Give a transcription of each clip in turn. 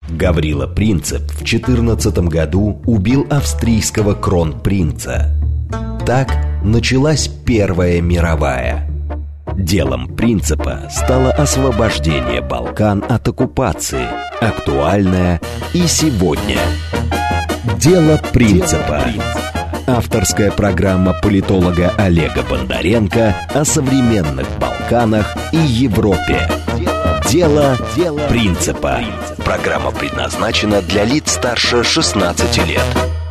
Гаврила Принцип в 14 году убил австрийского кронпринца. Так началась Первая мировая. Делом Принципа стало освобождение Балкан от оккупации, актуальное и сегодня. Дело Принципа. Авторская программа политолога Олега Бондаренко о современных Балканах и Европе. Дело Принципа. Программа предназначена для лиц старше 16 лет.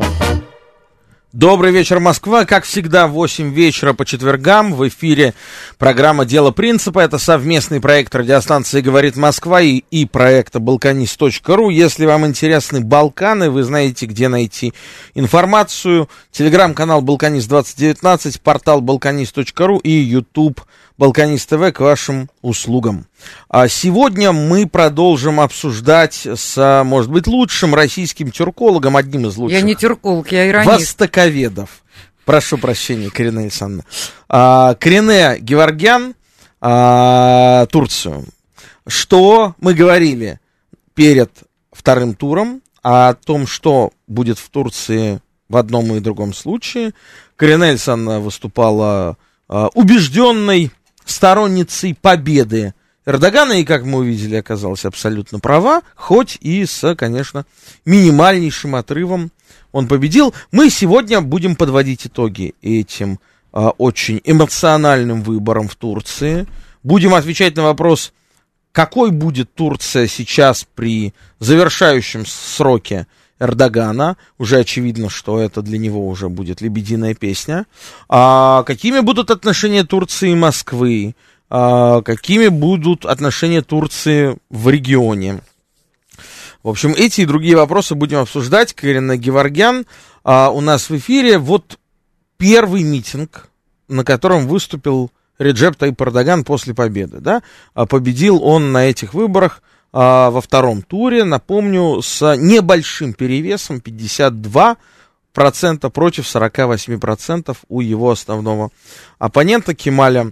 Добрый вечер, Москва. Как всегда, в 8 вечера по четвергам в эфире программа «Дело Принципа». Это совместный проект радиостанции «Говорит Москва» и проекта «Балканист.ру». Если вам интересны Балканы, вы знаете, где найти информацию. Телеграм-канал «Балканист2019», портал «Балканист.ру» и YouTube «Балканист ТВ» к вашим услугам. А сегодня мы продолжим обсуждать с, может быть, лучшим российским тюркологом, одним из лучших. Я не тюрколог, я иронист. Востоковедов. Прошу прощения, Корене Александровна. Корене Геворгян, Турцию. Что мы говорили перед вторым туром о том, что будет в Турции в одном и другом случае. Корене Александровна выступала убежденной сторонницей победы Эрдогана, и, как мы увидели, оказалась абсолютно права, хоть и с, конечно, минимальнейшим отрывом он победил. Мы сегодня будем подводить итоги этим очень эмоциональным выборам в Турции. Будем отвечать на вопрос, какой будет Турция сейчас при завершающем сроке Эрдогана. Уже очевидно, что это для него уже будет лебединая песня. Какими будут отношения Турции и Москвы? Какими будут отношения Турции в регионе? В общем, эти и другие вопросы будем обсуждать. Корене Геворгян у нас в эфире. Вот первый митинг, на котором выступил Реджеп Тайип Эрдоган после победы. Да? Победил он на этих выборах во втором туре, напомню, с небольшим перевесом 52% против 48% у его основного оппонента Кемаля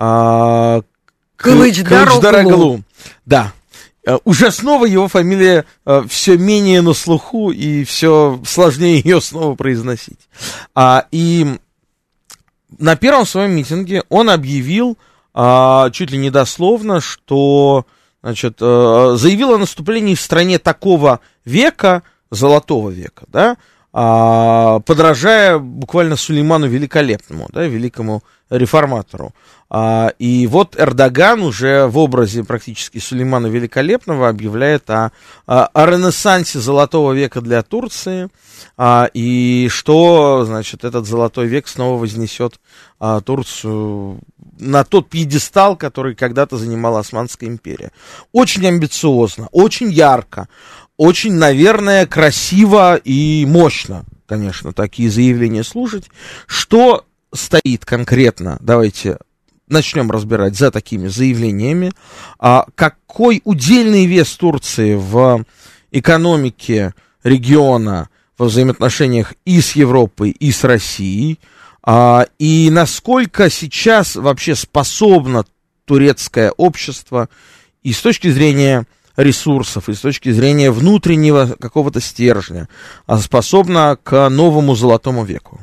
Кылычдароглу. Да. Уже снова его фамилия все менее на слуху и все сложнее ее снова произносить. И на первом своем митинге он объявил чуть ли не дословно, что, значит, заявил о наступлении в стране такого века, золотого века, да, подражая буквально Сулейману Великолепному, да, великому реформатору. И вот Эрдоган уже в образе практически Сулеймана Великолепного объявляет о ренессансе золотого века для Турции, и что, значит, этот золотой век снова вознесет Турцию на тот пьедестал, который когда-то занимала Османская империя. Очень амбициозно, очень ярко, очень, наверное, красиво и мощно, конечно, такие заявления слушать. Что стоит конкретно, давайте начнем разбирать за такими заявлениями. Какой удельный вес Турции в экономике региона, во взаимоотношениях и с Европой, и с Россией, и насколько сейчас вообще способно турецкое общество и с точки зрения ресурсов, и с точки зрения внутреннего какого-то стержня, способно к новому золотому веку?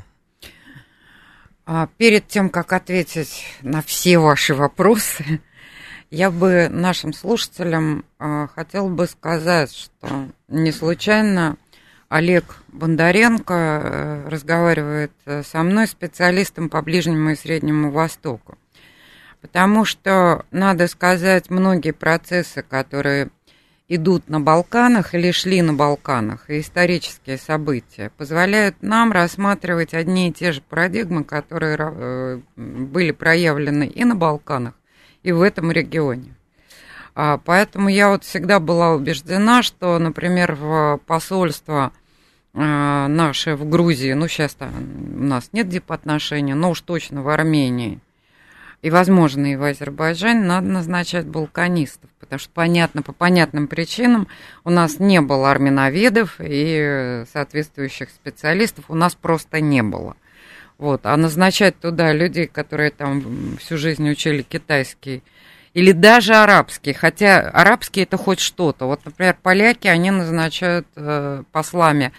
Перед тем, как ответить на все ваши вопросы, я бы нашим слушателям хотела бы сказать, что не случайно Олег Бондаренко разговаривает со мной, специалистом по Ближнему и Среднему Востоку. Потому что, надо сказать, многие процессы, которые идут на Балканах или шли на Балканах, и исторические события, позволяют нам рассматривать одни и те же парадигмы, которые были проявлены и на Балканах, и в этом регионе. Поэтому я вот всегда была убеждена, что, например, в посольство наше в Грузии, ну, сейчас у нас нет дипотношений, но уж точно в Армении, и, возможно, и в Азербайджане надо назначать балканистов, потому что, понятно, по понятным причинам у нас не было армяноведов и соответствующих специалистов у нас просто не было. Вот. А назначать туда людей, которые там всю жизнь учили китайский или даже арабские, хотя арабские это хоть что-то. Вот, например, поляки, они назначают послами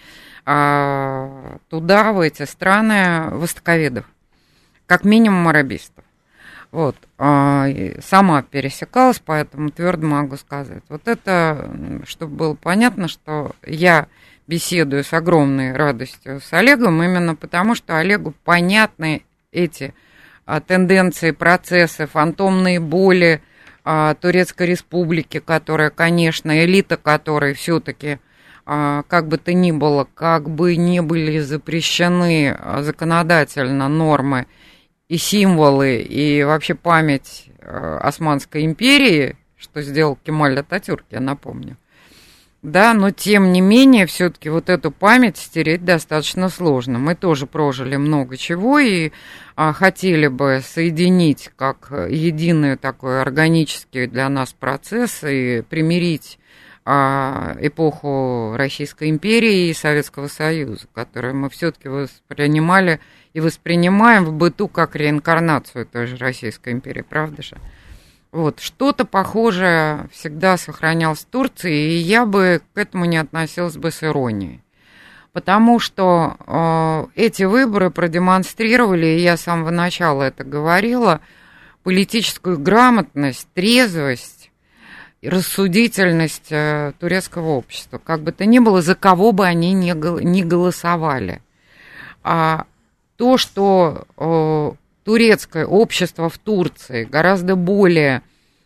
туда, в эти страны, востоковедов, как минимум арабистов. Вот, сама пересекалась, поэтому твердо могу сказать. Вот это, чтобы было понятно, что я беседую с огромной радостью с Олегом, именно потому, что Олегу понятны эти тенденции, процессы, фантомные боли Турецкой Республики, которая, конечно, элита которой все-таки, как бы то ни было, как бы ни были запрещены законодательно нормы и символы, и вообще память Османской империи, что сделал Кемаль Ататюрк, я напомню. Да, но тем не менее, все-таки вот эту память стереть достаточно сложно. Мы тоже прожили много чего и хотели бы соединить как единый такой органический для нас процесс и примирить эпоху Российской империи и Советского Союза, которую мы все-таки воспринимали и воспринимаем в быту как реинкарнацию той же Российской империи, правда же? Вот, что-то похожее всегда сохранялось в Турции, и я бы к этому не относилась бы с иронией. Потому что эти выборы продемонстрировали, и я с самого начала это говорила, политическую грамотность, трезвость и рассудительность турецкого общества. Как бы то ни было, за кого бы они ни голосовали. А то, что турецкое общество в Турции гораздо более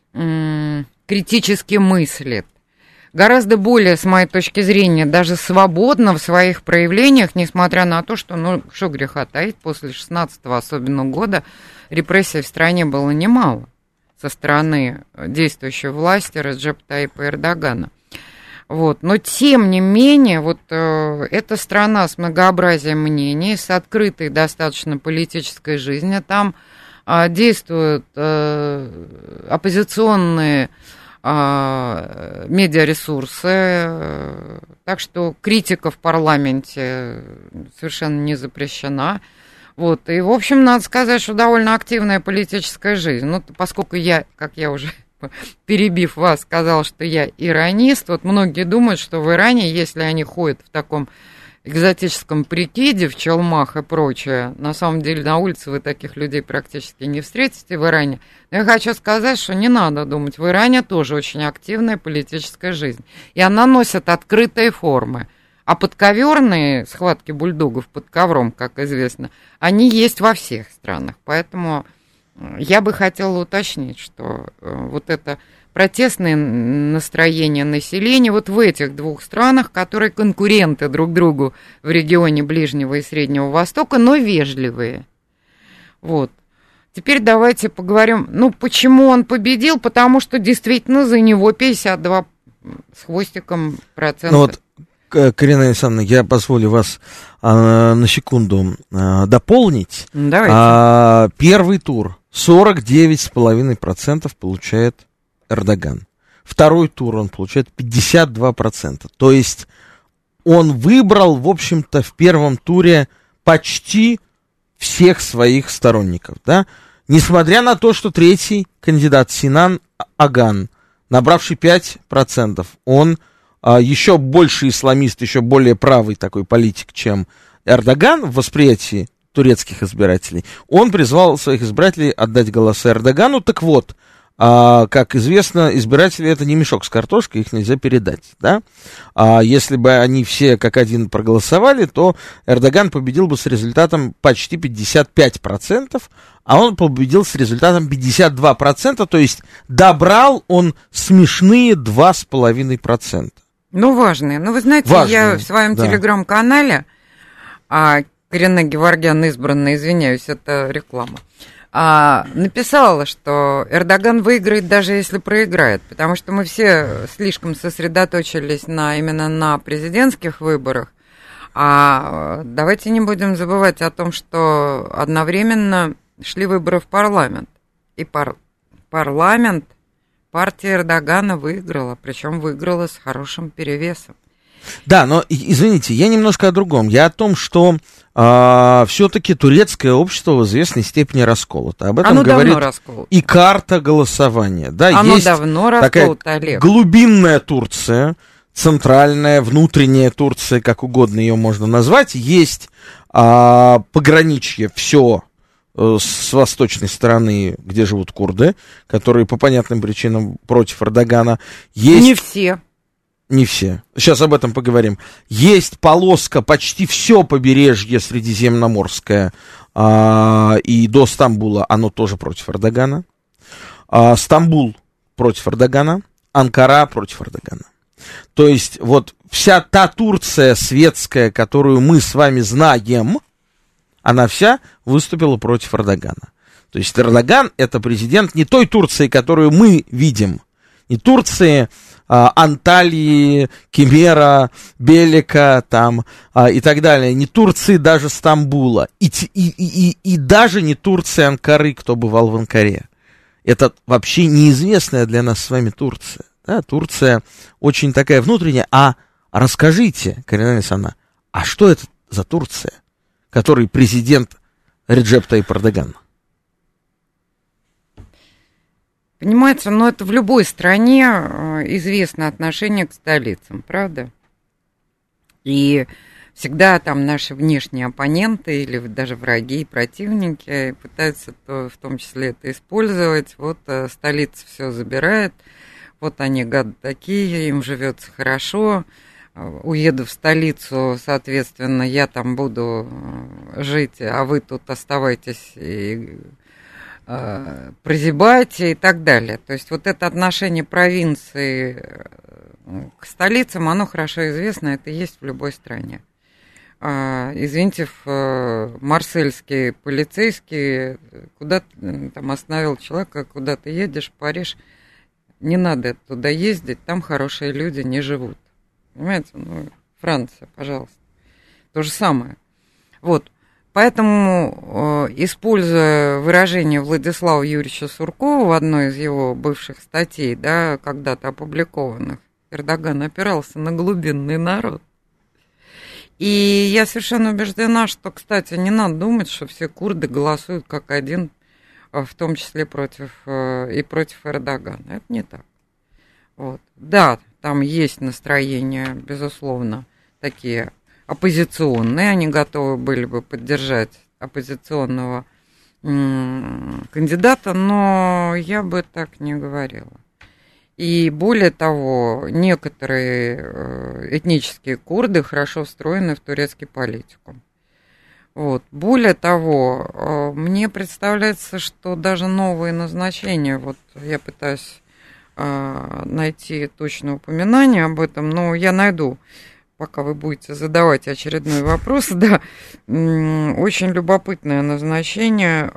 критически мыслит, гораздо более, с моей точки зрения, даже свободно в своих проявлениях, несмотря на то, что, ну, что греха таить, после 16-го особенно года репрессий в стране было немало со стороны действующей власти Реджепа Таyyипа Эрдогана. Вот. Но, тем не менее, вот эта страна с многообразием мнений, с открытой достаточно политической жизнью, там действуют оппозиционные медиаресурсы, так что критика в парламенте совершенно не запрещена. Вот. И, в общем, надо сказать, что довольно активная политическая жизнь. Ну, поскольку я, как я уже перебив вас, сказал, что я иронист, вот многие думают, что в Иране, если они ходят в таком экзотическом прикиде, в челмах и прочее, на самом деле на улице вы таких людей практически не встретите в Иране. Но я хочу сказать, что не надо думать, в Иране тоже очень активная политическая жизнь. И она носит открытые формы. А подковерные схватки бульдогов под ковром, как известно, они есть во всех странах. Поэтому я бы хотела уточнить, что вот это протестное настроение населения вот в этих двух странах, которые конкуренты друг другу в регионе Ближнего и Среднего Востока, но вежливые. Вот. Теперь давайте поговорим, ну, почему он победил, потому что действительно за него 52 с хвостиком процента. Ну вот, Карина Александровна, я позволю вас на секунду дополнить. Давайте. Первый тур 49,5% получает Эрдоган. Второй тур он получает 52%. То есть он выбрал, в общем-то, в первом туре почти всех своих сторонников, да? Несмотря на то, что третий кандидат Синан Аган, набравший 5%, он еще больше исламист, еще более правый такой политик, чем Эрдоган в восприятии турецких избирателей, он призвал своих избирателей отдать голоса Эрдогану. Так вот, как известно, избиратели — это не мешок с картошкой, их нельзя передать, да? Если бы они все как один проголосовали, то Эрдоган победил бы с результатом почти 55%, а он победил с результатом 52%, то есть добрал он смешные 2,5%. Ну, важные. Ну, вы знаете, я в своем телеграм-канале, Карина Геворгян избранная, извиняюсь, это реклама, написала, что Эрдоган выиграет, даже если проиграет, потому что мы все слишком сосредоточились именно на президентских выборах, давайте не будем забывать о том, что одновременно шли выборы в парламент, и парламент партия Эрдогана выиграла, причем выиграла с хорошим перевесом. Да, но, извините, я немножко о другом. Я о том, что все-таки турецкое общество в известной степени расколото. Об этом говорит и карта голосования. Да, оно есть давно расколото, Олег. Глубинная Турция, центральная, внутренняя Турция, как угодно ее можно назвать. Есть пограничье все с восточной стороны, где живут курды, которые по понятным причинам против Эрдогана. Есть... Не все. Не все. Сейчас об этом поговорим. Есть полоска, почти все побережье Средиземноморское и до Стамбула, оно тоже против Эрдогана. Стамбул против Эрдогана, Анкара против Эрдогана. То есть вот вся та Турция светская, которую мы с вами знаем, она вся выступила против Эрдогана. То есть Эрдоган — это президент не той Турции, которую мы видим, не Турции Анталии, Кемера, Белика там, и так далее, не Турции даже Стамбула, и даже не Турции Анкары, кто бывал в Анкаре. Это вообще неизвестная для нас с вами Турция. Да? Турция очень такая внутренняя. А расскажите, Карина Александровна, а что это за Турция, который президент Реджеп Тайип Эрдоган? Понимаете, но это в любой стране известно отношение к столицам, правда? И всегда там наши внешние оппоненты или даже враги и противники пытаются в том числе это использовать. Вот столица все забирает, вот они гады такие, им живется хорошо. Уеду в столицу, соответственно, я там буду жить, а вы тут оставайтесь и прозябайте и так далее. То есть вот это отношение провинции к столицам, оно хорошо известно, это есть в любой стране. Извините, марсельский полицейский куда-то там остановил человека, куда ты едешь, в Париж, не надо туда ездить, там хорошие люди не живут. Понимаете, Франция, пожалуйста. То же самое. Вот. Поэтому, используя выражение Владислава Юрьевича Суркова в одной из его бывших статей, да, когда-то опубликованных, Эрдоган опирался на глубинный народ. И я совершенно убеждена, что, кстати, не надо думать, что все курды голосуют как один, в том числе против Эрдогана. Это не так. Вот. Да, там есть настроения, безусловно, такие оппозиционные, они готовы были бы поддержать оппозиционного кандидата, но я бы так не говорила. И более того, некоторые этнические курды хорошо встроены в турецкую политику. Вот. Более того, мне представляется, что даже новые назначения, вот я пытаюсь найти точное упоминание об этом, но я найду, пока вы будете задавать очередной вопрос, да, очень любопытное назначение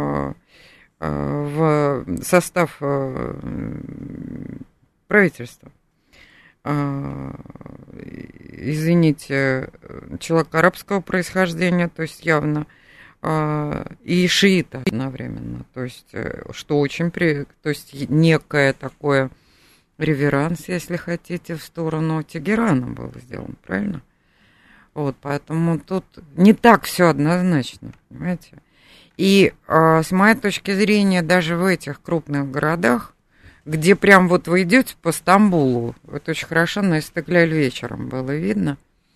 в состав правительства. Извините, человек арабского происхождения, то есть явно, и шиита одновременно, то есть, что очень, то есть некое такое реверанс, если хотите, в сторону Тегерана был сделан, правильно? Вот, поэтому тут не так все однозначно, понимаете? И с моей точки зрения, даже в этих крупных городах, где прям вот вы идете по Стамбулу, это очень хорошо на Истегляль вечером было видно,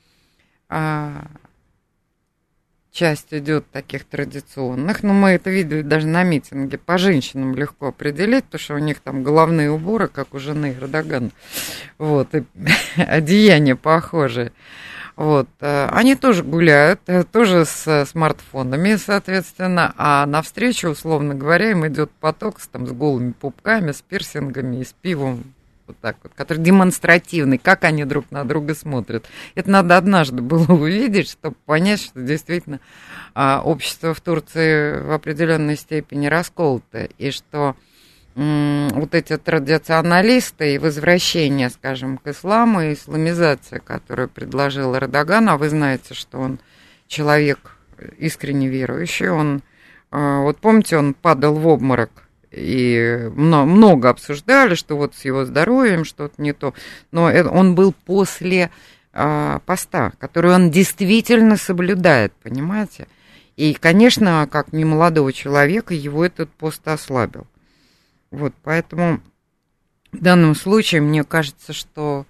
часть идет таких традиционных, но мы это видели даже на митинге, по женщинам легко определить, потому что у них там головные уборы, как у жены Эрдогана, вот, и одеяния похожие. Вот, они тоже гуляют, тоже с смартфонами, соответственно, а навстречу, условно говоря, им идет поток с голыми пупками, с пирсингами и с пивом, вот так вот, который демонстративный, как они друг на друга смотрят. Это надо однажды было увидеть, чтобы понять, что действительно общество в Турции в определенной степени расколото, и что вот эти традиционалисты и возвращение, скажем, к исламу и исламизация, которую предложил Эрдоган, а вы знаете, что он человек искренне верующий, он, вот помните, он падал в обморок, и много обсуждали, что вот с его здоровьем что-то не то, но он был после поста, которую он действительно соблюдает, понимаете? И, конечно, как немолодого человека, его этот пост ослабил. Вот, поэтому в данном случае мне кажется, что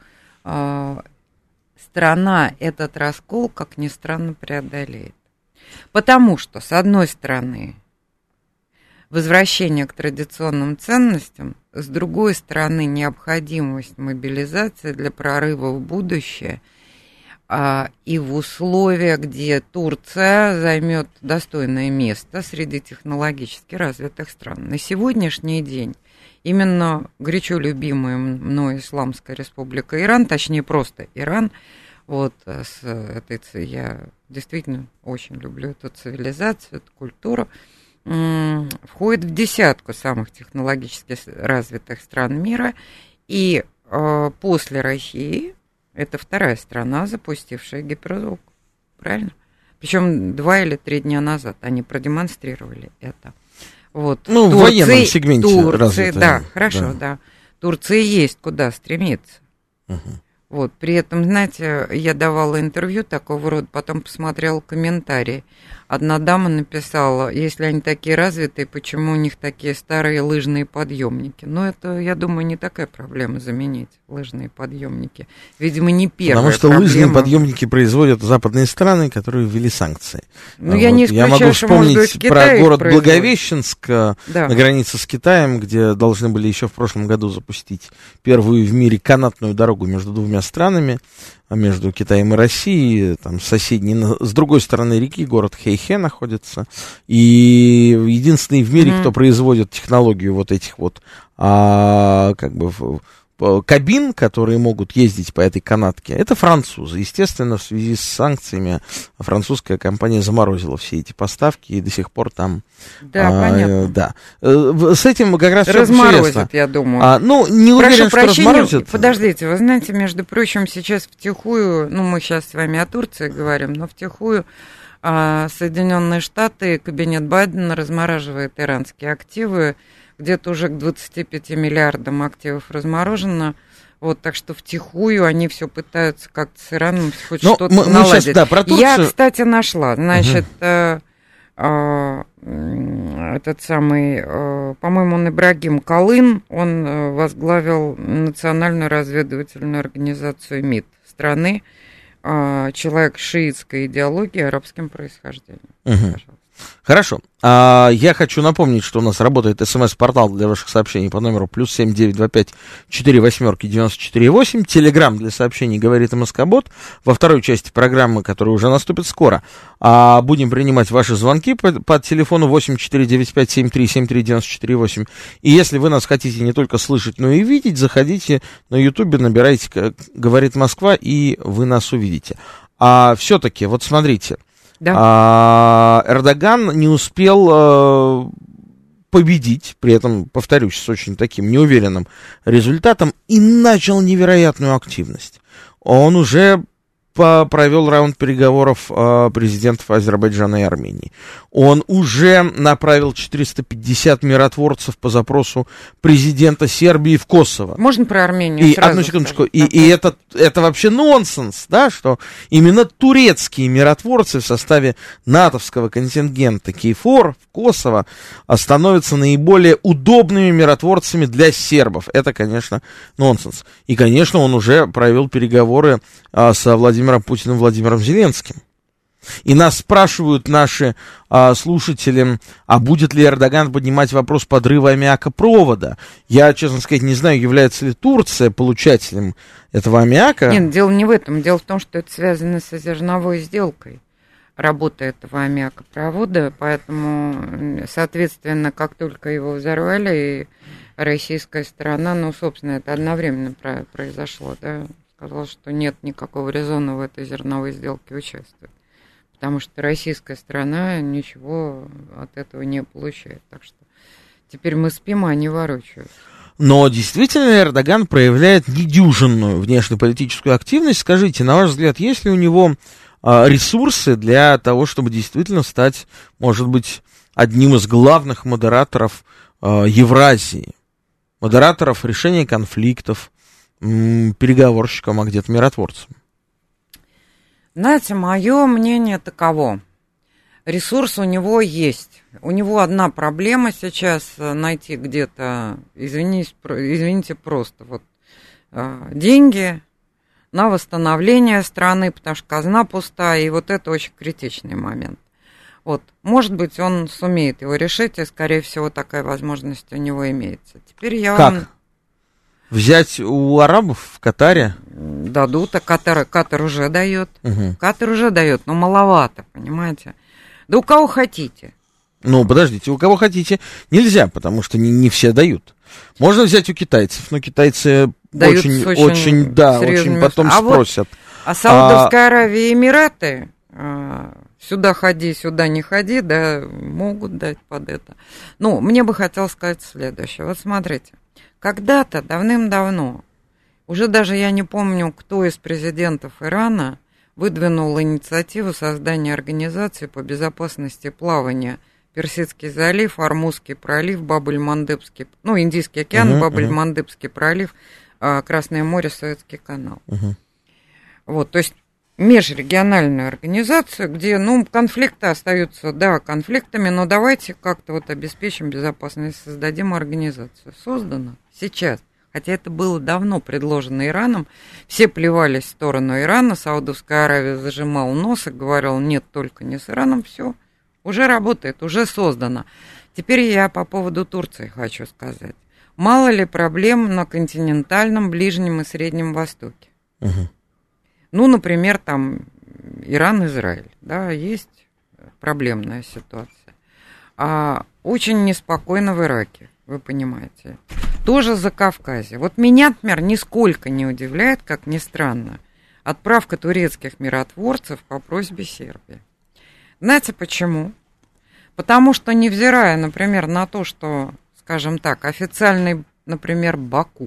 страна этот раскол, как ни странно, преодолеет. Потому что, с одной стороны, возвращение к традиционным ценностям, с другой стороны, необходимость мобилизации для прорыва в будущее и в условиях, где Турция займет достойное место среди технологически развитых стран. На сегодняшний день именно горячо любимая мной Исламская Республика Иран, точнее просто Иран, вот я действительно очень люблю эту цивилизацию, эту культуру, входит в десятку самых технологически развитых стран мира, и после России это вторая страна, запустившая гиперзвук, правильно? Причем 2 или 3 дня назад они продемонстрировали это. Вот. Ну, в военном сегменте развитая. Да, хорошо, да. Турции есть куда стремиться. Вот, при этом, знаете, я давала интервью такого рода, потом посмотрела комментарии. Одна дама написала, если они такие развитые, почему у них такие старые лыжные подъемники? Ну, это, я думаю, не такая проблема заменить лыжные подъемники. Видимо, не первая проблема. Потому что проблема. лыжные подъемники производят западные страны, которые ввели санкции. Ну, я не исключаю, я могу что, может быть, в вспомнить про город производят. Благовещенск на границе с Китаем, где должны были еще в прошлом году запустить первую в мире канатную дорогу между двумя странами, между Китаем и Россией, там соседний, с другой стороны реки город Хэйхэ находится, и единственный в мире, кто производит технологию вот этих вот, кабин, которые могут ездить по этой канатке, это французы. Естественно, в связи с санкциями французская компания заморозила все эти поставки, и до сих пор там... Да, понятно. Да. С этим как раз все разморозят, я думаю. Не уверен, что разморозят. Подождите, вы знаете, между прочим, сейчас втихую, мы сейчас с вами о Турции говорим, но втихую Соединенные Штаты, кабинет Байдена размораживает иранские активы, где-то уже к 25 миллиардам активов разморожено. Вот, так что втихую они все пытаются как-то с Ираном хоть что-то наладить. Сейчас, да, про Турцию... Я, кстати, нашла, значит, этот самый, по-моему, он Ибрагим Калын, он возглавил Национальную разведывательную организацию МИД страны, человек шиитской идеологии, арабским происхождением. Пожалуйста. Хорошо. Я хочу напомнить, что у нас работает СМС-портал для ваших сообщений по номеру +7 925 48 94 8. Телеграм для сообщений «Говорит МСК-бот». Во второй части программы, которая уже наступит скоро, будем принимать ваши звонки по телефону 8495 73 73 94 8. И если вы нас хотите не только слышать, но и видеть, заходите на Ютубе, набирайте «Говорит Москва», и вы нас увидите. Все-таки, вот смотрите. Да. Эрдоган не успел победить, при этом, повторюсь, с очень таким неуверенным результатом, и начал невероятную активность. Он уже провел раунд переговоров президентов Азербайджана и Армении. Он уже направил 450 миротворцев по запросу президента Сербии в Косово. Можно про Армению и сразу одну секундочку. Сказать, и это вообще нонсенс, да, что именно турецкие миротворцы в составе натовского контингента KFOR в Косово становятся наиболее удобными миротворцами для сербов. Это, конечно, нонсенс. И, конечно, он уже провел переговоры со Владимиром Путиным, Владимиром Зеленским. И нас спрашивают наши слушатели, будет ли Эрдоган поднимать вопрос подрыва аммиакопровода. Я, честно сказать, не знаю, является ли Турция получателем этого аммиака. Нет, дело не в этом. Дело в том, что это связано со зерновой сделкой работы этого аммиакопровода, поэтому, соответственно, как только его взорвали, и российская сторона, собственно, это одновременно произошло, да, сказала, что нет никакого резона в этой зерновой сделке участвовать. Потому что российская сторона ничего от этого не получает. Так что теперь мы спим, а они ворочаются. Но действительно Эрдоган проявляет недюжинную внешнеполитическую активность. Скажите, на ваш взгляд, есть ли у него ресурсы для того, чтобы действительно стать, может быть, одним из главных модераторов Евразии? Модераторов решения конфликтов, переговорщиком, а где-то миротворцем? Знаете, мое мнение таково. Ресурс у него есть. У него одна проблема сейчас найти где-то, извините, просто вот деньги на восстановление страны, потому что казна пустая, и вот это очень критичный момент. Вот, может быть, он сумеет его решить, и, скорее всего, такая возможность у него имеется. Теперь я как? вам... Взять у арабов в Катаре? Дадут, а Катар уже дает. Угу. Катар уже дает, но маловато, понимаете? Да у кого хотите. Ну, подождите, у кого хотите. Нельзя, потому что не все дают. Можно взять у китайцев, но китайцы очень потом спросят. А Саудовская Аравия и Эмираты, сюда ходи, сюда не ходи, да, могут дать под это. Ну, мне бы хотелось сказать следующее. Вот смотрите, когда-то, давным-давно, уже даже я не помню, кто из президентов Ирана выдвинул инициативу создания организации по безопасности плавания Персидский залив, Ормузский пролив, Баб-эль-Мандебский, ну, Индийский океан, Баб-эль-Мандебский пролив, Красное море, Суэцкий канал. Вот, то есть межрегиональную организацию, где, ну, конфликты остаются, да, конфликтами, но давайте как-то вот обеспечим безопасность, создадим организацию. Создано сейчас. Хотя это было давно предложено Ираном. Все плевались в сторону Ирана. Саудовская Аравия зажимала нос и говорила, нет, только не с Ираном. Все, уже работает, уже создано. Теперь я по поводу Турции хочу сказать. Мало ли проблем на континентальном, Ближнем и Среднем Востоке. Ну, например, там Иран-Израиль. Да, есть проблемная ситуация. Очень неспокойно в Ираке, вы понимаете. Тоже Закавказье. Вот меня, например, нисколько не удивляет, как ни странно, отправка турецких миротворцев по просьбе Сербии. Знаете почему? Потому что, невзирая, например, на то, что, скажем так, официальный, например, Баку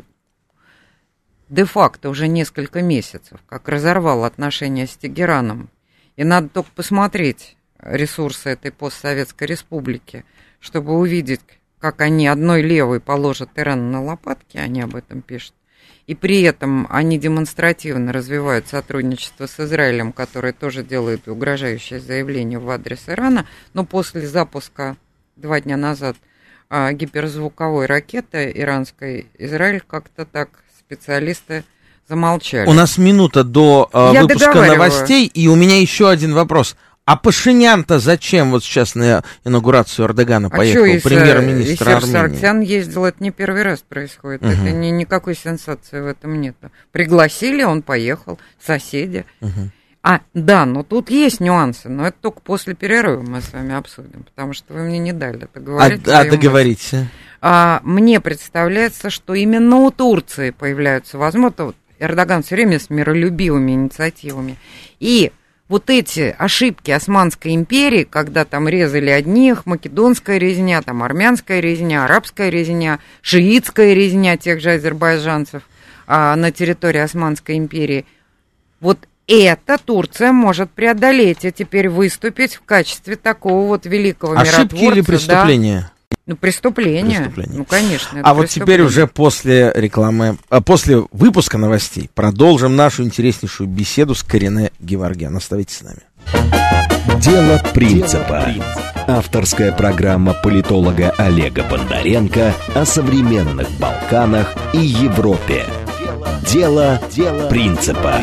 де-факто уже несколько месяцев как разорвал отношения с Тегераном, и надо только посмотреть ресурсы этой постсоветской республики, чтобы увидеть, как они одной левой положат Иран на лопатки, они об этом пишут, и при этом они демонстративно развивают сотрудничество с Израилем, который тоже делает угрожающее заявление в адрес Ирана, но после запуска 2 дня назад гиперзвуковой ракеты иранской, Израиль как-то так, специалисты замолчали. У нас минута до выпуска новостей, и у меня еще один вопрос. А Пашинян-то зачем вот сейчас на инаугурацию Эрдогана поехал, премьер-министр Армении? Сарксян ездил, это не первый раз происходит, это никакой сенсации в этом нет. Пригласили, он поехал, соседи. Да, но тут есть нюансы, но это только после перерыва мы с вами обсудим, потому что вы мне не дали это говорить. Договорите. Мне представляется, что именно у Турции появляются возможности. Вот Эрдоган все время с миролюбивыми инициативами. И вот эти ошибки Османской империи, когда там резали одних, македонская резня, там армянская резня, арабская резня, шиитская резня тех же азербайджанцев на территории Османской империи, вот это Турция может преодолеть и теперь выступить в качестве такого вот великого миротворца. Ошибки или преступления? Да. Ну, преступление. Ну, конечно. А вот теперь уже после рекламы, после выпуска новостей продолжим нашу интереснейшую беседу с Карине Геворгян. Оставайтесь с нами. Дело принципа. Авторская программа политолога Олега Бондаренко о современных Балканах и Европе. Дело принципа.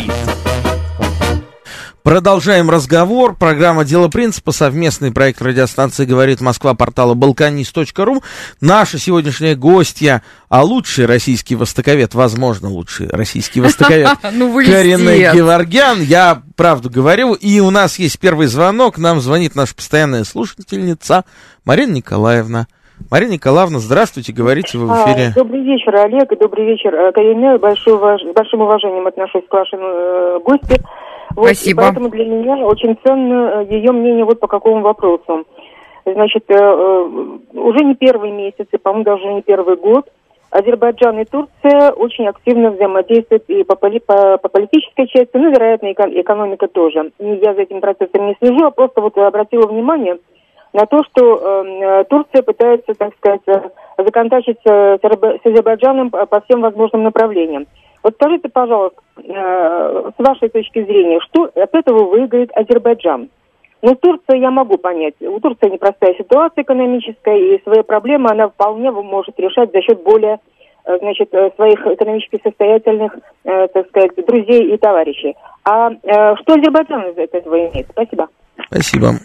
Продолжаем разговор. Программа «Дело принципа», совместный проект радиостанции «Говорит Москва», портала balkanist.ru. Наша сегодняшняя гостья, лучший российский востоковед, возможно, лучший российский востоковед, Карине Геворгян. Я правду говорю. И у нас есть первый звонок. Нам звонит наша постоянная слушательница Марина Николаевна. Марина Николаевна, здравствуйте, говорите, вы в эфире. Добрый вечер, Олег, и добрый вечер, Карине. С большим уважением отношусь к вашим гостям. Вот, спасибо. Поэтому для меня очень ценно ее мнение вот по какому вопросу. Значит, уже не первый месяц, и, по-моему, даже не первый год, Азербайджан и Турция очень активно взаимодействуют и по политической части, ну, вероятно, экономика тоже. И я за этим процессом не слежу, а просто вот обратила внимание на то, что Турция пытается, так сказать, законтачить с Азербайджаном по всем возможным направлениям. Вот скажите, пожалуйста, с вашей точки зрения, что от этого выиграет Азербайджан? Ну, Турция я могу понять. У Турции непростая ситуация экономическая, и свои проблемы она вполне может решать за счет более, значит, своих экономически состоятельных, так сказать, друзей и товарищей. А что Азербайджан из этого имеет? Спасибо. Спасибо.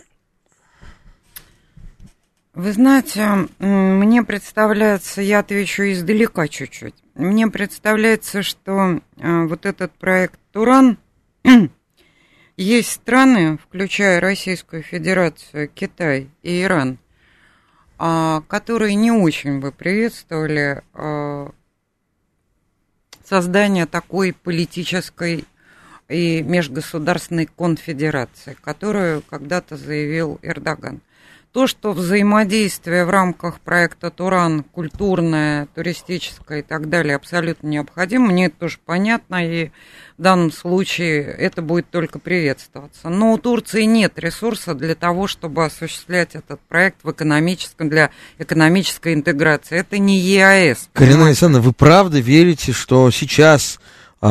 Вы знаете, мне представляется, я отвечу издалека чуть-чуть. Мне представляется, что вот этот проект «Туран», есть страны, включая Российскую Федерацию, Китай и Иран, которые не очень бы приветствовали создание такой политической и межгосударственной конфедерации, которую когда-то заявил Эрдоган. То, что взаимодействие в рамках проекта «Туран», культурное, туристическое и так далее, абсолютно необходимо, мне это тоже понятно, и в данном случае это будет только приветствоваться. Но у Турции нет ресурса для того, чтобы осуществлять этот проект для экономической интеграции. Это не ЕАЭС. Карина Александровна, вы правда верите, что сейчас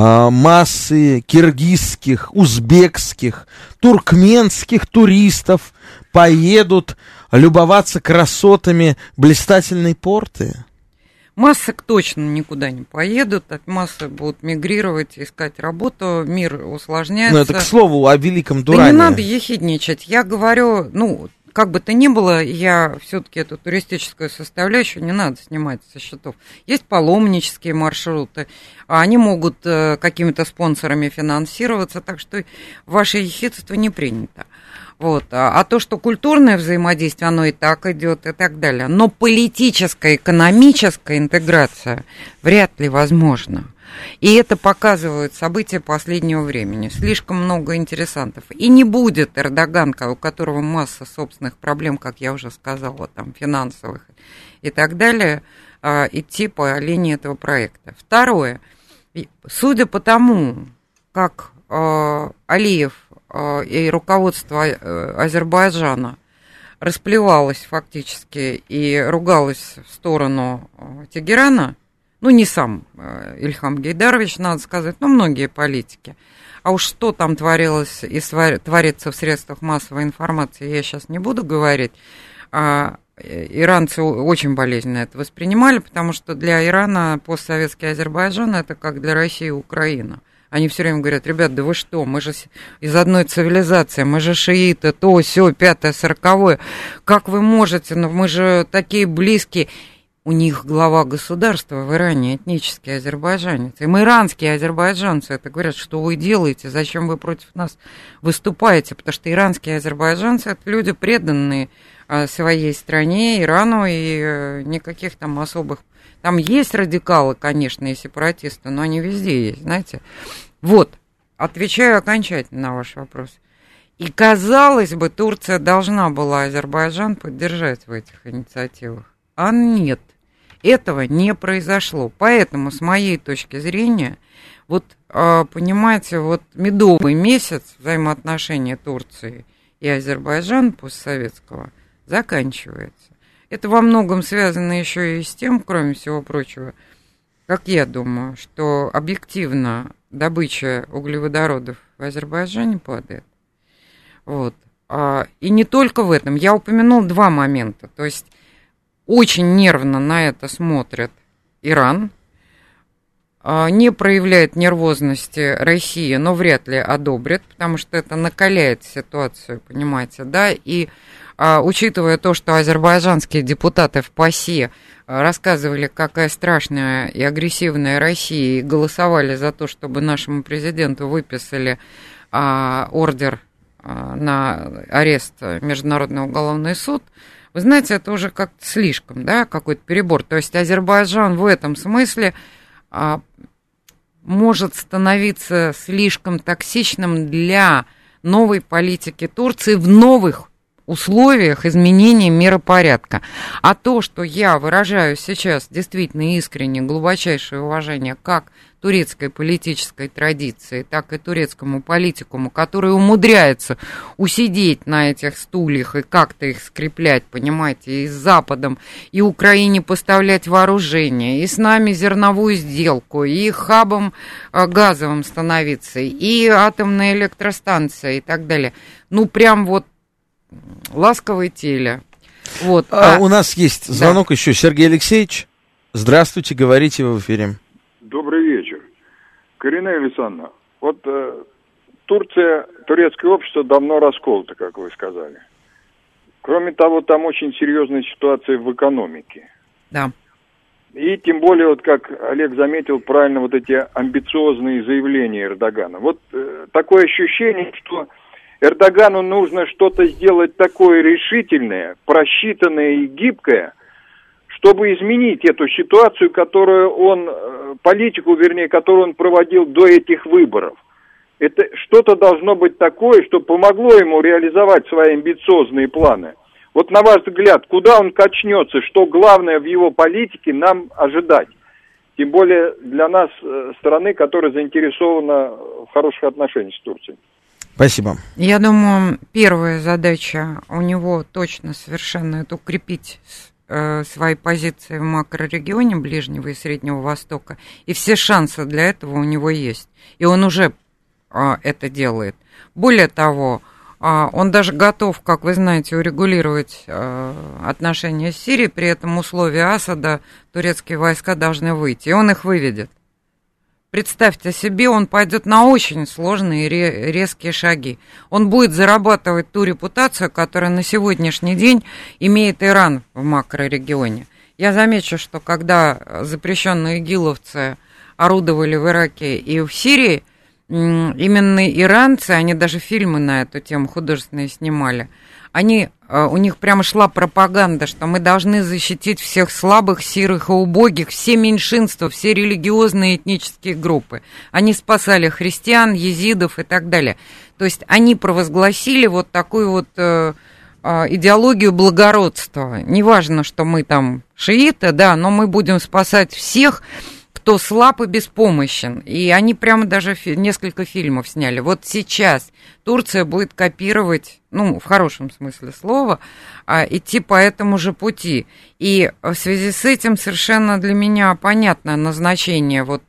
массы киргизских, узбекских, туркменских туристов поедут любоваться красотами блистательной порты? Массы точно никуда не поедут, от массы будут мигрировать, искать работу, мир усложняется. Ну, это к слову о великом Туране. Да не надо ехидничать, я говорю, как бы то ни было, я все-таки эту туристическую составляющую не надо снимать со счетов. Есть паломнические маршруты, они могут какими-то спонсорами финансироваться, так что ваше ехидство не принято. Вот. А то, что культурное взаимодействие, оно и так идет, и так далее. Но политическая, экономическая интеграция вряд ли возможна. И это показывают события последнего времени. Слишком много интересантов. И не будет Эрдоган, у которого масса собственных проблем, как я уже сказала, там, финансовых и так далее, идти по линии этого проекта. Второе. Судя по тому, как Алиев и руководство Азербайджана расплевалось фактически и ругалось в сторону Тегерана, не сам Ильхам Гейдарович, надо сказать, но многие политики. А уж что там творилось и творится в средствах массовой информации, я сейчас не буду говорить. Иранцы очень болезненно это воспринимали, потому что для Ирана постсоветский Азербайджан это как для России Украина. Они все время говорят: ребят, да вы что, мы же из одной цивилизации, мы же шииты, то, сё, 5-е, 40-е. Как вы можете, мы же такие близкие. У них глава государства в Иране этнический азербайджанец. Им иранские азербайджанцы это говорят: что вы делаете, зачем вы против нас выступаете? Потому что иранские азербайджанцы — это люди, преданные своей стране, Ирану, и никаких там особых... Там есть радикалы, конечно, и сепаратисты, но они везде есть, знаете. Вот, отвечаю окончательно на ваш вопрос. И, казалось бы, Турция должна была Азербайджан поддержать в этих инициативах. А нет, этого не произошло. Поэтому, с моей точки зрения, понимаете, медовый месяц взаимоотношений Турции и Азербайджана постсоветского заканчивается. Это во многом связано еще и с тем, кроме всего прочего, как я думаю, что объективно добыча углеводородов в Азербайджане падает. Вот. И не только в этом. Я упомянул два момента. То есть очень нервно на это смотрит Иран, не проявляет нервозности Россия, но вряд ли одобрит, потому что это накаляет ситуацию, понимаете, да, и учитывая то, что азербайджанские депутаты в ПАСЕ рассказывали, какая страшная и агрессивная Россия, и голосовали за то, чтобы нашему президенту выписали ордер на арест Международный уголовный суд, вы знаете, это уже как-то слишком, да, какой-то перебор. То есть Азербайджан в этом смысле может становиться слишком токсичным для новой политики Турции в новых условиях изменения миропорядка. А то, что я выражаю сейчас действительно искренне глубочайшее уважение как турецкой политической традиции, так и турецкому политикуму, который умудряется усидеть на этих стульях и как-то их скреплять, понимаете, и с Западом, и Украине поставлять вооружение, и с нами зерновую сделку, и хабом газовым становиться, и атомная электростанция и так далее. Ну, прям вот ласковое теле. Вот. У нас есть звонок еще. Сергей Алексеевич, здравствуйте, говорите, вы в эфире. Добрый вечер. Карина Александровна, вот Турция, турецкое общество давно расколото, как вы сказали. Кроме того, там очень серьезная ситуация в экономике. Да. И тем более, вот как Олег заметил правильно, вот эти амбициозные заявления Эрдогана. Вот такое ощущение, что Эрдогану нужно что-то сделать такое решительное, просчитанное и гибкое, чтобы изменить эту ситуацию, которую политику, которую он проводил до этих выборов. Это что-то должно быть такое, что помогло ему реализовать свои амбициозные планы. Вот на ваш взгляд, куда он качнется, что главное в его политике нам ожидать? Тем более для нас, страны, которая заинтересована в хороших отношениях с Турцией. Спасибо. Я думаю, первая задача у него точно совершенно это укрепить свои позиции в макрорегионе Ближнего и Среднего Востока, и все шансы для этого у него есть. И он уже это делает. Более того, он даже готов, как вы знаете, урегулировать отношения с Сирией, при этом условия Асада турецкие войска должны выйти, и он их выведет. Представьте себе, он пойдет на очень сложные и резкие шаги. Он будет зарабатывать ту репутацию, которую на сегодняшний день имеет Иран в макрорегионе. Я замечу, что когда запрещенные игиловцы орудовали в Ираке и в Сирии, именно иранцы, они даже фильмы на эту тему художественные снимали, у них прямо шла пропаганда, что мы должны защитить всех слабых, сирых и убогих, все меньшинства, все религиозные и этнические группы. Они спасали христиан, езидов и так далее. То есть они провозгласили вот такую вот идеологию благородства. Неважно, что мы там шииты, да, но мы будем спасать всех, кто слаб и беспомощен. И они прямо даже несколько фильмов сняли. Вот сейчас Турция будет копировать, в хорошем смысле слова, идти по этому же пути. И в связи с этим совершенно для меня понятно назначение вот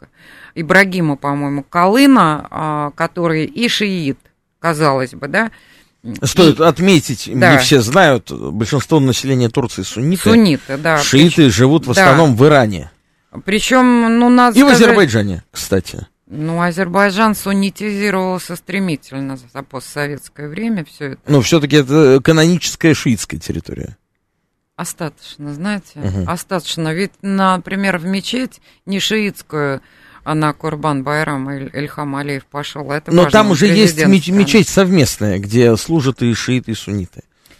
Ибрагима, по-моему, Калына, который и шиит, казалось бы, да. Стоит отметить, не все знают, большинство населения Турции сунниты. Сунниты, да. Шииты живут в основном в Иране. Причем, надо сказать... в Азербайджане, кстати. Азербайджан суннитизировался стремительно за постсоветское время, все это. Но все-таки это каноническая шиитская территория. Остаточно, знаете, остаточно. Ведь, например, в мечеть не шиитскую, а на Курбан-Байрам Ильхам Алиев пошел. Но там уже есть мечеть совместная, где служат и шииты, и сунниты.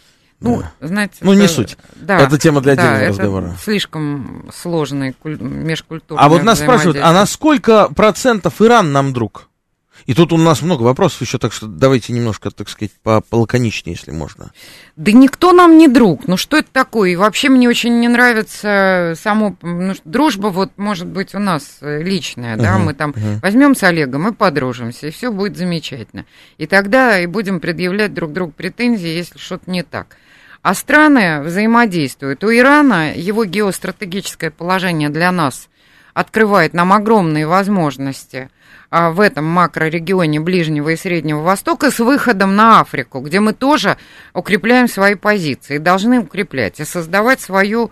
Знаете... не суть. Да, это тема для отдельного разговора. Это слишком сложный межкультурный. А вот нас спрашивают, а на сколько процентов Иран нам друг? И тут у нас много вопросов еще, так что давайте немножко, так сказать, полаконичнее, если можно. Да никто нам не друг. Что это такое? И вообще мне очень не нравится дружба, вот, может быть, у нас личная, да, мы там возьмем с Олегом и подружимся, и все будет замечательно. И тогда и будем предъявлять друг другу претензии, если что-то не так. А страны взаимодействуют. У Ирана его геостратегическое положение для нас открывает нам огромные возможности в этом макрорегионе Ближнего и Среднего Востока с выходом на Африку, где мы тоже укрепляем свои позиции, должны укреплять и создавать свою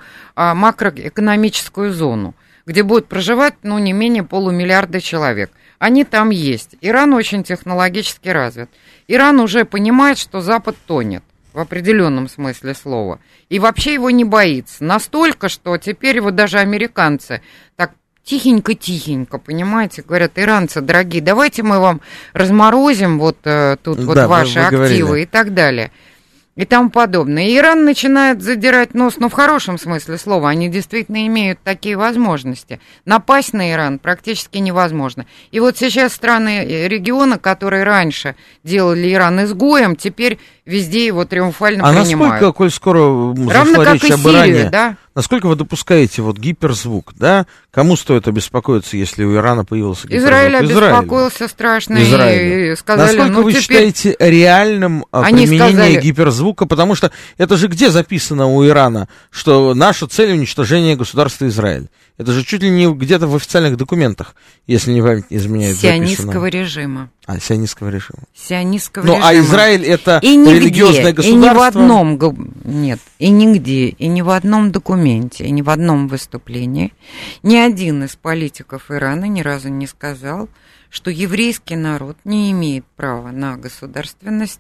макроэкономическую зону, где будет проживать, не менее 500 000 человек. Они там есть. Иран очень технологически развит. Иран уже понимает, что Запад тонет. В определенном смысле слова. И вообще его не боится. Настолько, что теперь вот даже американцы так тихенько-тихенько, понимаете, говорят: иранцы, дорогие, давайте мы вам разморозим вот тут вот ваши активы говорили. И так далее. И тому подобное. И Иран начинает задирать нос, в хорошем смысле слова. Они действительно имеют такие возможности. Напасть на Иран практически невозможно. И вот сейчас страны региона, которые раньше делали Иран изгоем, теперь везде его триумфально принимают. принимают. А насколько, коль скоро зашла речь об Иране, да? Насколько вы допускаете вот гиперзвук, да? Кому стоит обеспокоиться, если у Ирана появился гиперзвук? Израиль обеспокоился страшно и сказали... Насколько вы считаете реальным применение гиперзвука? Потому что это же где записано у Ирана, что наша цель — уничтожение государства Израиль? Это же чуть ли не где-то в официальных документах, если не память не изменяет, сионистского режима. Сионистского режима. Сионистского режима. А Израиль — это религиозное государство? И ни в одном... Нет, и нигде, и ни в одном документе, и ни в одном выступлении ни один из политиков Ирана ни разу не сказал, что еврейский народ не имеет права на государственность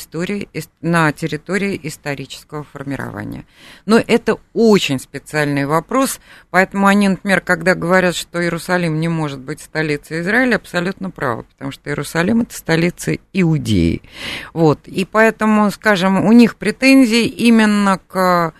на территории исторического формирования. Но это очень специальный вопрос, поэтому они, например, когда говорят, что Иерусалим не может быть столицей Израиля, абсолютно правы, потому что Иерусалим — это столица Иудеи. Вот. И поэтому, скажем, у них претензии именно к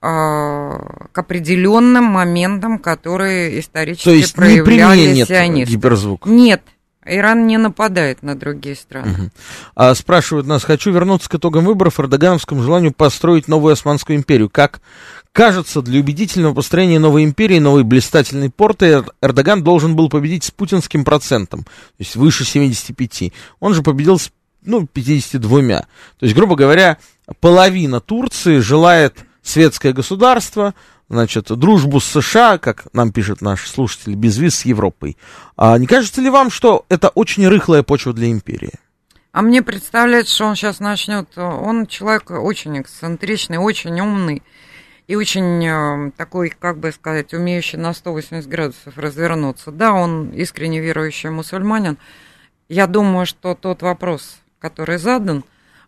определенным моментам, которые исторически проявляли сионисты. Гиперзвука? Нет. Иран не нападает на другие страны. Спрашивают нас: хочу вернуться к итогам выборов, эрдогановскому желанию построить новую Османскую империю. Как кажется, для убедительного построения новой империи, новой блистательной порты, Эрдоган должен был победить с путинским процентом, то есть выше 75. Он же победил с 52. То есть, грубо говоря, половина Турции желает светское государство, значит, дружбу с США, как нам пишет наш слушатель, без виз с Европой. Не кажется ли вам, что это очень рыхлая почва для империи? А мне представляется, что он сейчас начнет. Он человек очень эксцентричный, очень умный и очень такой, как бы сказать, умеющий на 180 градусов развернуться. Да, он искренне верующий мусульманин. Я думаю, что тот вопрос, который задан,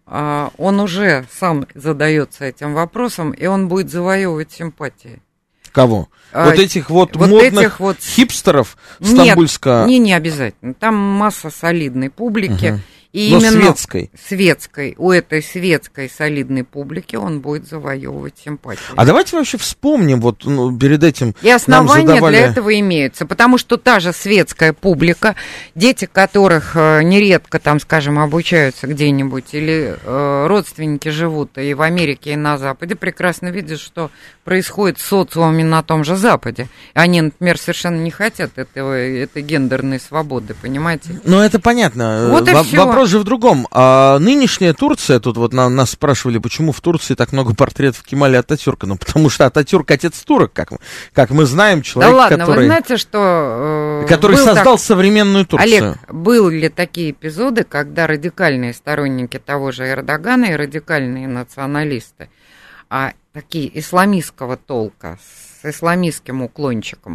он уже сам задается этим вопросом, и он будет завоевывать симпатии. Кого? Вот этих модных хипстеров стамбульского? Нет, не обязательно. Там масса солидной публики. И но именно светской. У этой светской солидной публики он будет завоевывать симпатии. А давайте вообще вспомним, перед этим и основания для этого имеются, потому что та же светская публика, дети которых нередко, там, скажем, обучаются где-нибудь, или родственники живут и в Америке, и на Западе, прекрасно видят, что происходит с социумами на том же Западе. Они, например, совершенно не хотят этой гендерной свободы, понимаете? Это понятно. Вот и все. Вопрос же в другом. Нынешняя Турция, тут нас спрашивали, почему в Турции так много портретов Кемаля Ататюрка. Потому что Ататюрк отец турок, как мы знаем, человек, да ладно, вы знаете, что... который создал современную Турцию. Олег, были ли такие эпизоды, когда радикальные сторонники того же Эрдогана и радикальные националисты, такие исламистского толка, с исламистским уклончиком,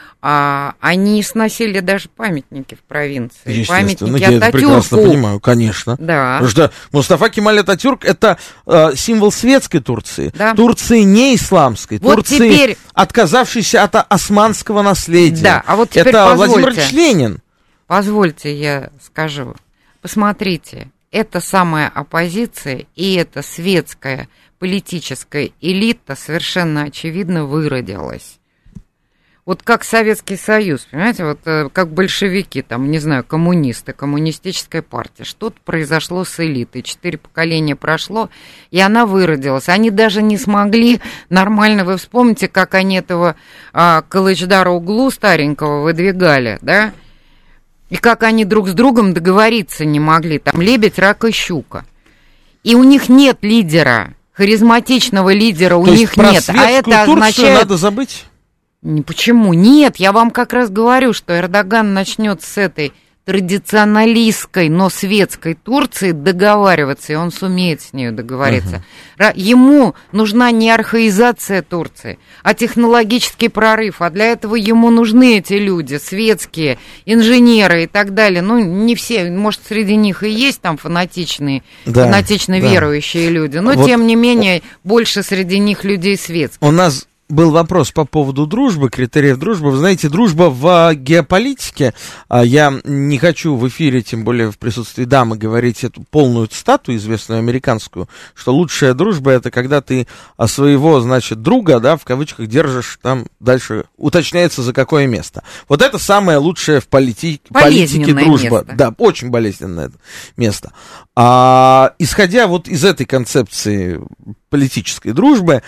они сносили даже памятники в провинции. Памятники я это прекрасно Ататюрку. Понимаю, конечно. Да. Потому что Мустафа Кемаль Ататюрк — это символ светской Турции. Да. Турции не исламской. Турции, теперь... отказавшейся от османского наследия. Да, а вот теперь это Владимир Ильич Ленин. Позвольте, я скажу. Посмотрите, эта самая оппозиция и эта светская политическая элита совершенно очевидно выродилась. Вот как Советский Союз, понимаете, как большевики, там, не знаю, коммунисты, коммунистическая партия. Что-то произошло с элитой, 4 поколения прошло, и она выродилась. Они даже не смогли нормально, вы вспомните, как они этого Кылычдара-Углу старенького выдвигали, да? И как они друг с другом договориться не могли, там, лебедь, рак и щука. И у них нет лидера, харизматичного лидера у них нет. А это означает... надо забыть? Почему? Нет, я вам как раз говорю, что Эрдоган начнет с этой традиционалистской, но светской Турции договариваться, и он сумеет с ней договориться. Ему нужна не архаизация Турции, а технологический прорыв, а для этого ему нужны эти люди, светские, инженеры и так далее. Не все, может, среди них и есть там фанатично верующие люди, но, тем не менее, больше среди них людей светских. У нас был вопрос по поводу дружбы, критериев дружбы. Вы знаете, дружба в геополитике, я не хочу в эфире, тем более в присутствии дамы, говорить эту полную цитату, известную американскую, что лучшая дружба — это когда ты своего, значит, друга, да, в кавычках, держишь там дальше, уточняется, за какое место. Вот это самое лучшее в политике дружба. Место. Да, очень болезненное место. Исходя вот из этой концепции политической дружбы,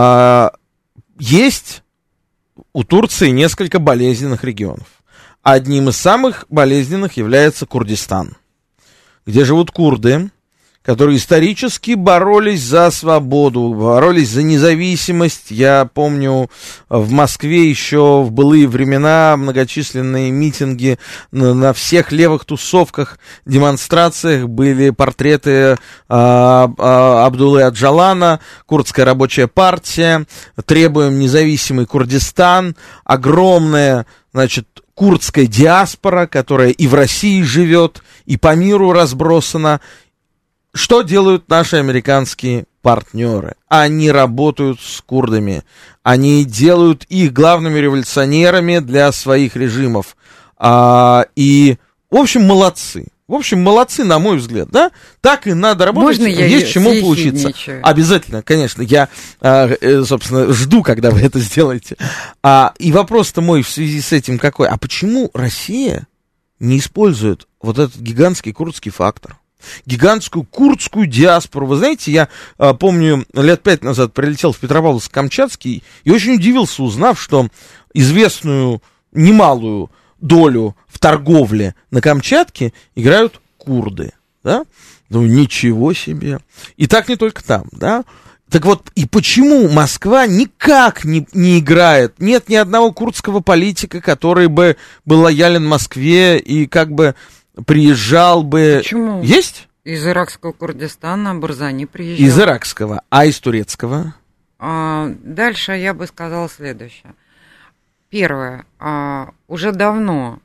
есть у Турции несколько болезненных регионов. Одним из самых болезненных является Курдистан, где живут курды, которые исторически боролись за свободу, боролись за независимость. Я помню, в Москве еще в былые времена многочисленные митинги на всех левых тусовках, демонстрациях были портреты Абдуллы Аджалана, Курдская рабочая партия, требуем независимый Курдистан, огромная, значит, курдская диаспора, которая и в России живет, и по миру разбросана. Что делают наши американские партнеры? Они работают с курдами. Они делают их главными революционерами для своих режимов. И, в общем, молодцы. В общем, молодцы, на мой взгляд, да? Так и надо работать. Можно я есть чему поучиться. Обязательно, конечно. Я, собственно, жду, когда вы это сделаете. И вопрос-то мой в связи с этим какой? А почему Россия не использует вот этот гигантский курдский фактор? Гигантскую курдскую диаспору. Вы знаете, я помню, лет 5 назад прилетел в Петропавловск-Камчатский и очень удивился, узнав, что известную немалую долю в торговле на Камчатке играют курды. Да? Ну, ничего себе. И так не только там, да? Так вот, и почему Москва никак не играет? Нет ни одного курдского политика, который бы был лоялен Москве и как бы приезжал бы... Почему? Есть? Из иракского Курдистана Барзани приезжал. Из иракского, а из турецкого? Дальше я бы сказала следующее. Первое. Уже давно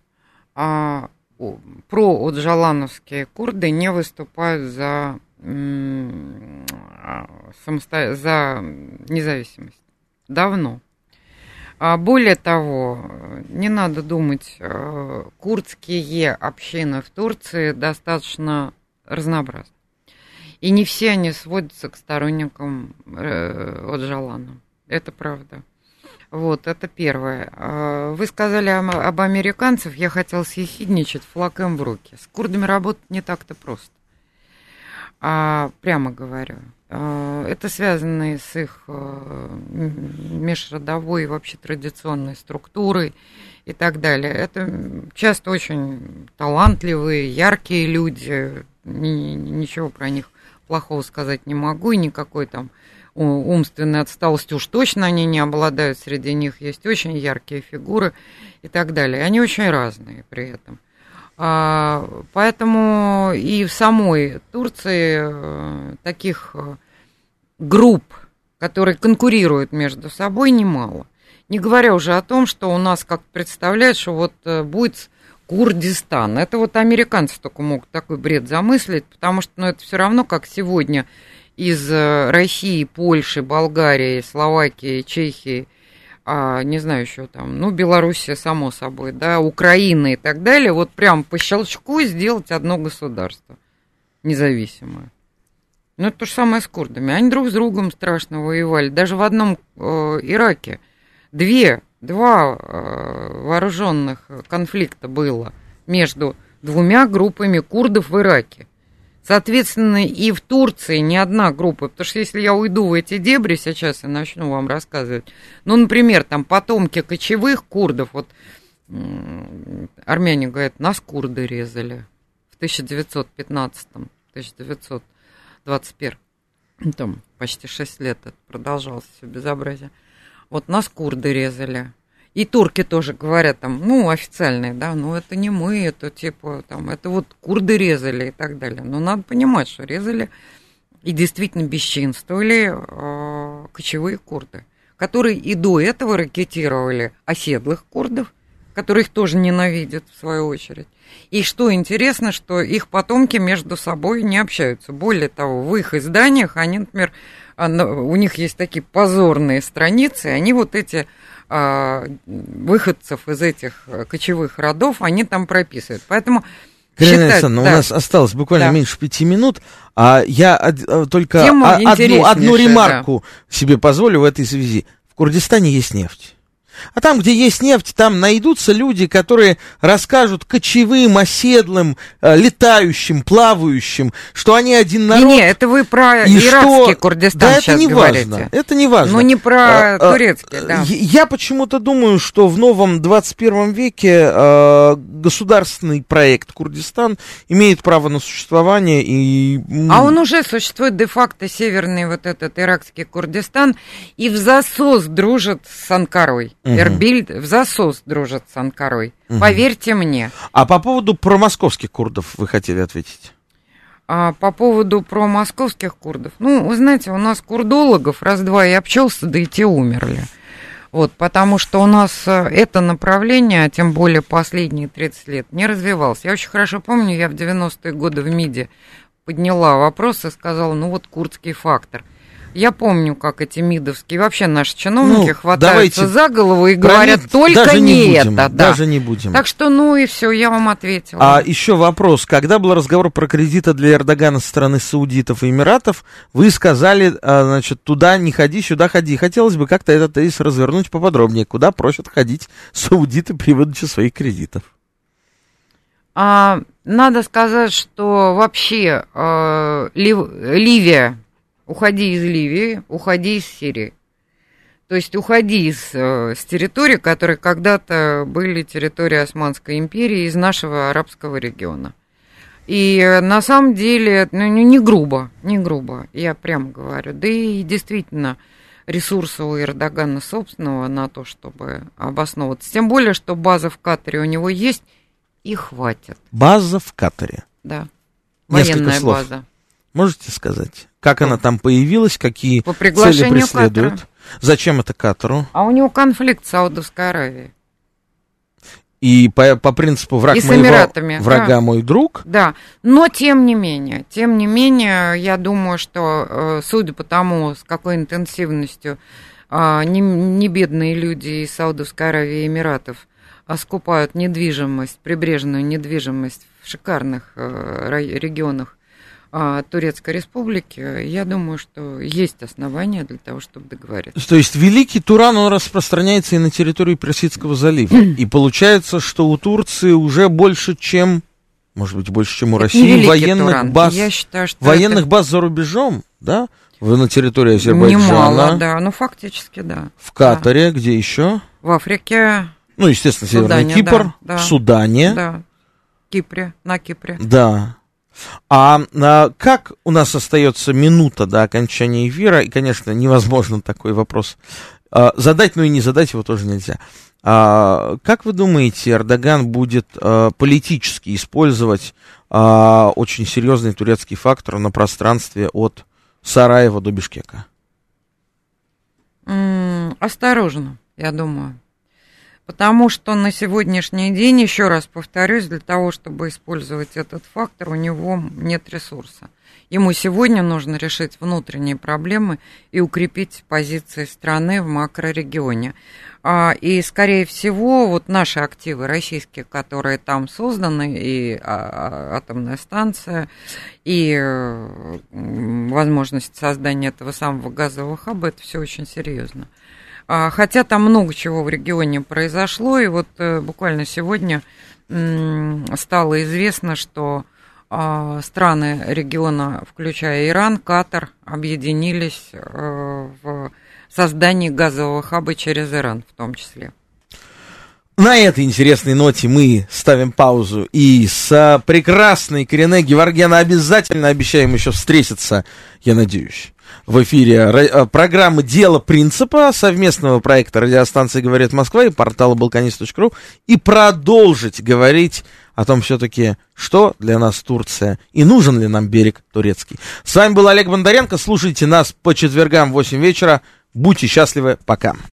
про-оджалановские курды не выступают за независимость. Давно. Более того, не надо думать, курдские общины в Турции достаточно разнообразны. И не все они сводятся к сторонникам Оджалана. Это правда. Вот, это первое. Вы сказали об американцах, я хотела съехидничать, флаг им в руки. С курдами работать не так-то просто. Прямо говорю. Это связано с их межродовой и вообще традиционной структурой и так далее. Это часто очень талантливые, яркие люди. Ничего про них плохого сказать не могу. И никакой там умственной отсталости уж точно они не обладают. Среди них есть очень яркие фигуры и так далее. Они очень разные при этом. Поэтому и в самой Турции таких групп, которые конкурируют между собой, немало. Не говоря уже о том, что у нас как представляют, что вот будет Курдистан. Это вот американцы только могут такой бред замыслить, потому что это все равно, как сегодня из России, Польши, Болгарии, Словакии, Чехии, не знаю еще там, Белоруссия, само собой, да, Украина и так далее, вот прям по щелчку сделать одно государство независимое. Это то же самое с курдами. Они друг с другом страшно воевали. Даже в одном Ираке два вооруженных конфликта было между двумя группами курдов в Ираке. Соответственно, и в Турции не одна группа, потому что если я уйду в эти дебри сейчас и начну вам рассказывать, например, там потомки кочевых курдов, вот армяне говорят, нас курды резали в 1915-1921, там почти 6 лет это продолжалось все безобразие, вот нас курды резали. И турки тоже говорят там, официальные, да, это не мы, это типа там, это вот курды резали и так далее. Но надо понимать, что резали и действительно бесчинствовали кочевые курды, которые и до этого ракетировали оседлых курдов, которые их тоже ненавидят в свою очередь, И что интересно, что их потомки между собой не общаются. Более того, в их изданиях они, например, у них есть такие позорные страницы, они вот эти выходцев из этих кочевых родов, они там прописывают. Поэтому Карина Александровна, у нас осталось буквально меньше 5 минут, а я только одну ремарку себе позволю в этой связи. В Курдистане есть нефть. А там, где есть нефть, там найдутся люди, которые расскажут кочевым, оседлым, летающим, плавающим, что они один народ. Не, это вы про иракский Курдистан сейчас говорите. Важно, это не важно. Но не про турецкий, да. Я почему-то думаю, что в новом 21 веке государственный проект Курдистан имеет право на существование. А он уже существует де-факто, северный вот этот иракский Курдистан, и в засос дружит с Анкарой. Эрбиль в засос дружит с Анкарой. Поверьте мне. А по поводу промосковских курдов вы хотели ответить? По поводу промосковских курдов. Ну, вы знаете, у нас курдологов раз-два и обчелся, да и те умерли. Вот, потому что у нас это направление, тем более последние 30 лет, не развивалось. Я очень хорошо помню, я в 90-е годы в МИДе подняла вопрос и сказала, ну вот курдский фактор. Я помню, как эти мидовские, вообще наши чиновники хватаются за голову и говорят, только не это. Да. Даже не будем. Так что, ну и все, я вам ответила. А еще вопрос. Когда был разговор про кредиты для Эрдогана со стороны Саудитов и Эмиратов, вы сказали, значит, туда не ходи, сюда ходи. Хотелось бы как-то этот тезис развернуть поподробнее. Куда просят ходить саудиты при выдаче своих кредитов? Надо сказать, что вообще Ливия... Уходи из Ливии, уходи из Сирии. То есть уходи с территорий, которые когда-то были территорией Османской империи, из нашего арабского региона. И на самом деле, не грубо, я прямо говорю. Да и действительно, ресурса у Эрдогана собственного на то, чтобы обосновываться. Тем более, что база в Катаре у него есть, и хватит. База в Катаре? Да, военная база. Можете сказать, как она там появилась, какие цели преследует? Катара. Зачем это Катару? А у него конфликт с Саудовской Аравией. И по принципу враг моего врага мой друг? Да, но тем не менее, я думаю, что судя по тому, с какой интенсивностью не бедные люди из Саудовской Аравии и Эмиратов скупают недвижимость, прибрежную недвижимость в шикарных регионах Турецкой Республики, я думаю, что есть основания для того, чтобы договориться. То есть Великий Туран, он распространяется и на территории Персидского залива. И получается, что у Турции уже больше, чем, может быть, больше, чем у России, военных баз, я считаю, что баз за рубежом, да? На территории Азербайджана. Немало, да, ну фактически, да. В Катаре, где еще? В Африке. Ну, естественно, Северный Кипр, в Судане. Да, на Кипре. Да. А как у нас остается минута до окончания эфира, и, конечно, невозможно такой вопрос задать, но и не задать его тоже нельзя. Как вы думаете, Эрдоган будет политически использовать очень серьезный турецкий фактор на пространстве от Сараева до Бишкека? Осторожно, я думаю. Потому что на сегодняшний день, еще раз повторюсь, для того, чтобы использовать этот фактор, у него нет ресурса. Ему сегодня нужно решить внутренние проблемы и укрепить позиции страны в макрорегионе. И, скорее всего, вот наши активы российские, которые там созданы, и атомная станция, и возможность создания этого самого газового хаба, это все очень серьезно. Хотя там много чего в регионе произошло, и вот буквально сегодня стало известно, что страны региона, включая Иран, Катар, объединились в создании газового хаба через Иран в том числе. На этой интересной ноте мы ставим паузу и с прекрасной Корене Геворгян обязательно обещаем еще встретиться, я надеюсь, в эфире программы «Дело принципа» совместного проекта радиостанции «Говорит Москва» и портала balkanist.ru и продолжить говорить о том все-таки, что для нас Турция и нужен ли нам берег турецкий. С вами был Олег Бондаренко. Слушайте нас по четвергам в 8 вечера. Будьте счастливы. Пока.